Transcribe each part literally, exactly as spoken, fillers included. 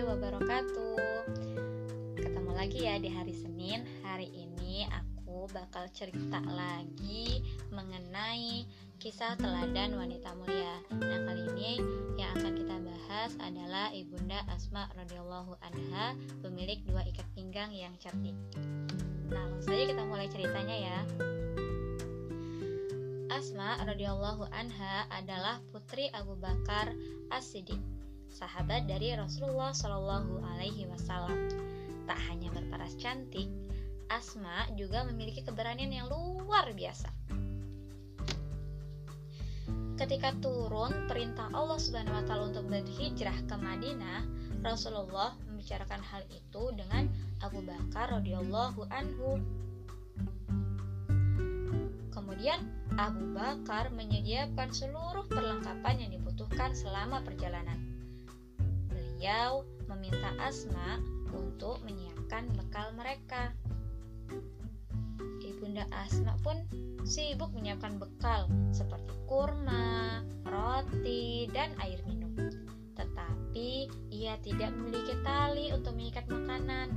wabarakatuh. Ketemu lagi ya di hari Senin. Hari ini aku bakal cerita lagi mengenai kisah teladan wanita mulia. Nah, kali ini yang akan kita bahas adalah Ibunda Asma radhiyallahu anha, pemilik dua ikat pinggang yang cerdik. Nah, langsung saja kita mulai ceritanya ya. Asma radhiyallahu anha adalah putri Abu Bakar As-Siddiq, sahabat dari Rasulullah shallallahu alaihi wasallam. Tak hanya berparas cantik, Asma juga memiliki keberanian yang luar biasa. Ketika turun perintah Allah Subhanahu wa taala untuk berhijrah ke Madinah, Rasulullah membicarakan hal itu dengan Abu Bakar radhiyallahu anhu. Kemudian Abu Bakar menyediakan seluruh perlengkapan yang dibutuhkan selama perjalanan. Beliau meminta Asma untuk menyiapkan bekal mereka. Ibunda Asma pun sibuk menyiapkan bekal seperti kurma, roti, dan air minum. Tetapi ia tidak memiliki tali untuk mengikat makanan.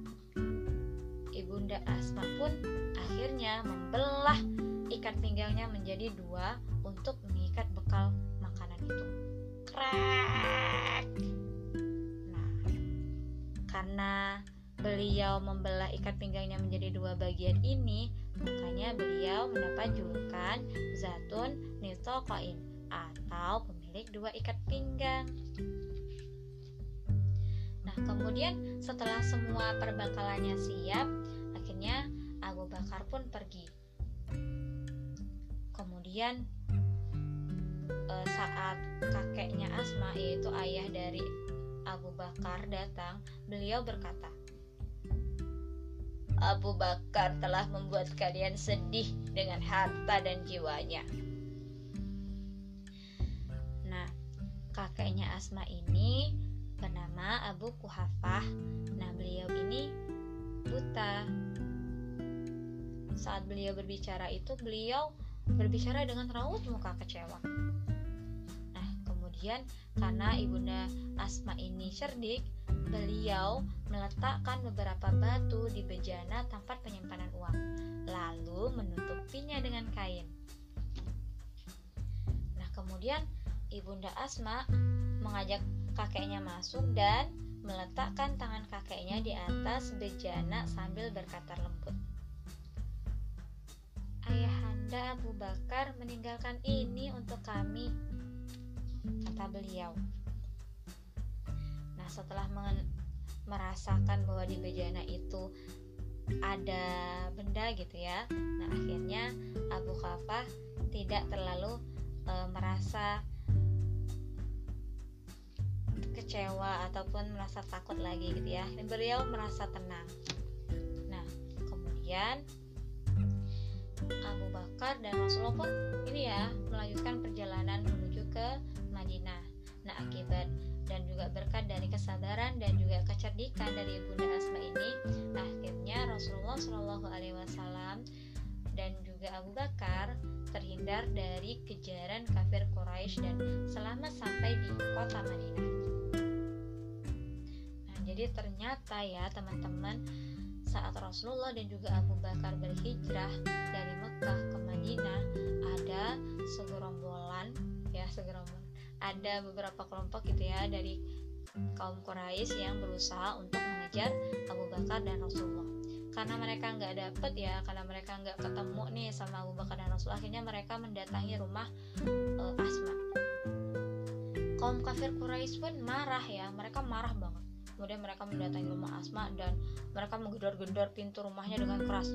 Ibunda Asma pun akhirnya membelah ikat pinggangnya menjadi dua untuk mengikat bekal makanan itu. Krek. Nah, karena beliau membelah ikat pinggangnya menjadi dua bagian ini, makanya beliau mendapat julukan Zatun Nitoqain atau pemilik dua ikat pinggang. Nah, kemudian setelah semua perbekalannya siap, akhirnya Abu Bakar pun pergi. Kemudian saat kakeknya Asma, yaitu ayah dari Abu Bakar, datang, beliau berkata, Abu Bakar telah membuat kalian sedih dengan harta dan jiwanya. Nah, kakeknya Asma ini bernama Abu Quhafah. Nah, beliau ini buta. Saat beliau berbicara itu, beliau berbicara dengan raut muka kecewa. Nah, kemudian karena Ibunda Asma ini cerdik, beliau meletakkan beberapa batu di bejana tempat penyimpanan uang, lalu menutupinya dengan kain. Nah, kemudian Ibunda Asma mengajak kakeknya masuk dan meletakkan tangan kakeknya di atas bejana sambil berkata lembut, Ayahanda Abu Bakar meninggalkan ini untuk kami, kata beliau. Nah, setelah mengen- merasakan bahwa di bejana itu ada benda gitu ya, nah akhirnya Abu Khafah tidak terlalu e, merasa kecewa ataupun merasa takut lagi gitu ya. Beliau merasa tenang. Nah, kemudian Abu Bakar dan Rasulullah pun ini ya melanjutkan perjalanan menuju ke Madinah. Nah, akibat dan juga berkat dari kesabaran dan juga kecerdikan dari Ibunda Asma ini, akhirnya Rasulullah shallallahu alaihi wasallam dan juga Abu Bakar terhindar dari kejaran kafir Quraisy dan selamat sampai di kota Madinah. Nah, jadi ternyata ya teman-teman, saat Rasulullah dan juga Abu Bakar berhijrah dari Mekah ke Madinah, ada segerombolan ya segerombolan ada beberapa kelompok gitu ya dari kaum Quraisy yang berusaha untuk mengejar Abu Bakar dan Rasulullah. Karena mereka nggak dapet ya, karena mereka nggak ketemu nih sama Abu Bakar dan Rasulullah, akhirnya mereka mendatangi rumah uh, Asma. Kaum kafir Quraisy pun marah ya, mereka marah banget. Kemudian mereka mendatangi rumah Asma dan mereka menggedor-gedor pintu rumahnya dengan keras.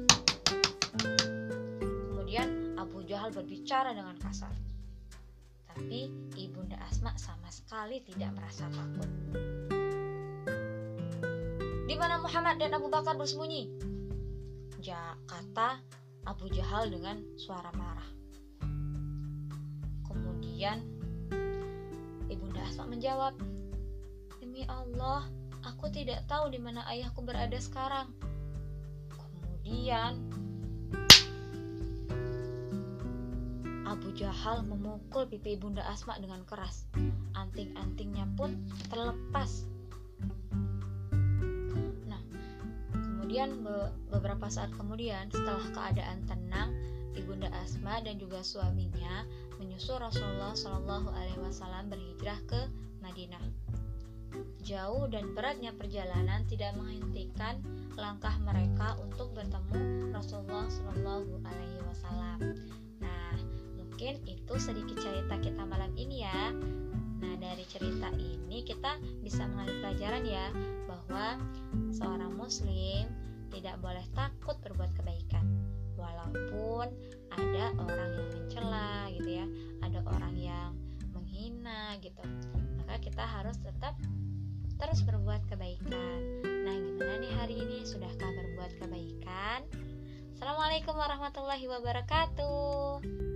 Kemudian Abu Jahal berbicara dengan kasar. Tapi Ibunda Asma sama sekali tidak merasa takut. Di mana Muhammad dan Abu Bakar bersembunyi? Ja, kata Abu Jahal dengan suara marah. Kemudian Ibunda Asma menjawab, Demi Allah, aku tidak tahu di mana ayahku berada sekarang. Kemudian Abu Jahal memukul pipi Ibunda Asma dengan keras. Anting-antingnya pun terlepas. Kemudian be- beberapa saat kemudian, setelah keadaan tenang, Ibunda Asma dan juga suaminya menyusul Rasulullah Shallallahu Alaihi Wasallam berhijrah ke Madinah. Jauh dan beratnya perjalanan tidak menghentikan langkah mereka untuk bertemu Rasulullah Shallallahu Alaihi Wasallam. Nah, mungkin itu sedikit cerita kita malam ini ya. Nah, dari cerita ini kita bisa mengambil pelajaran ya, bahwa seorang muslim tidak boleh takut berbuat kebaikan, walaupun ada orang yang mencela gitu ya, ada orang yang menghina gitu. Maka kita harus tetap terus berbuat kebaikan. Nah, gimana nih hari ini? Sudahkah berbuat kebaikan? Assalamualaikum warahmatullahi wabarakatuh.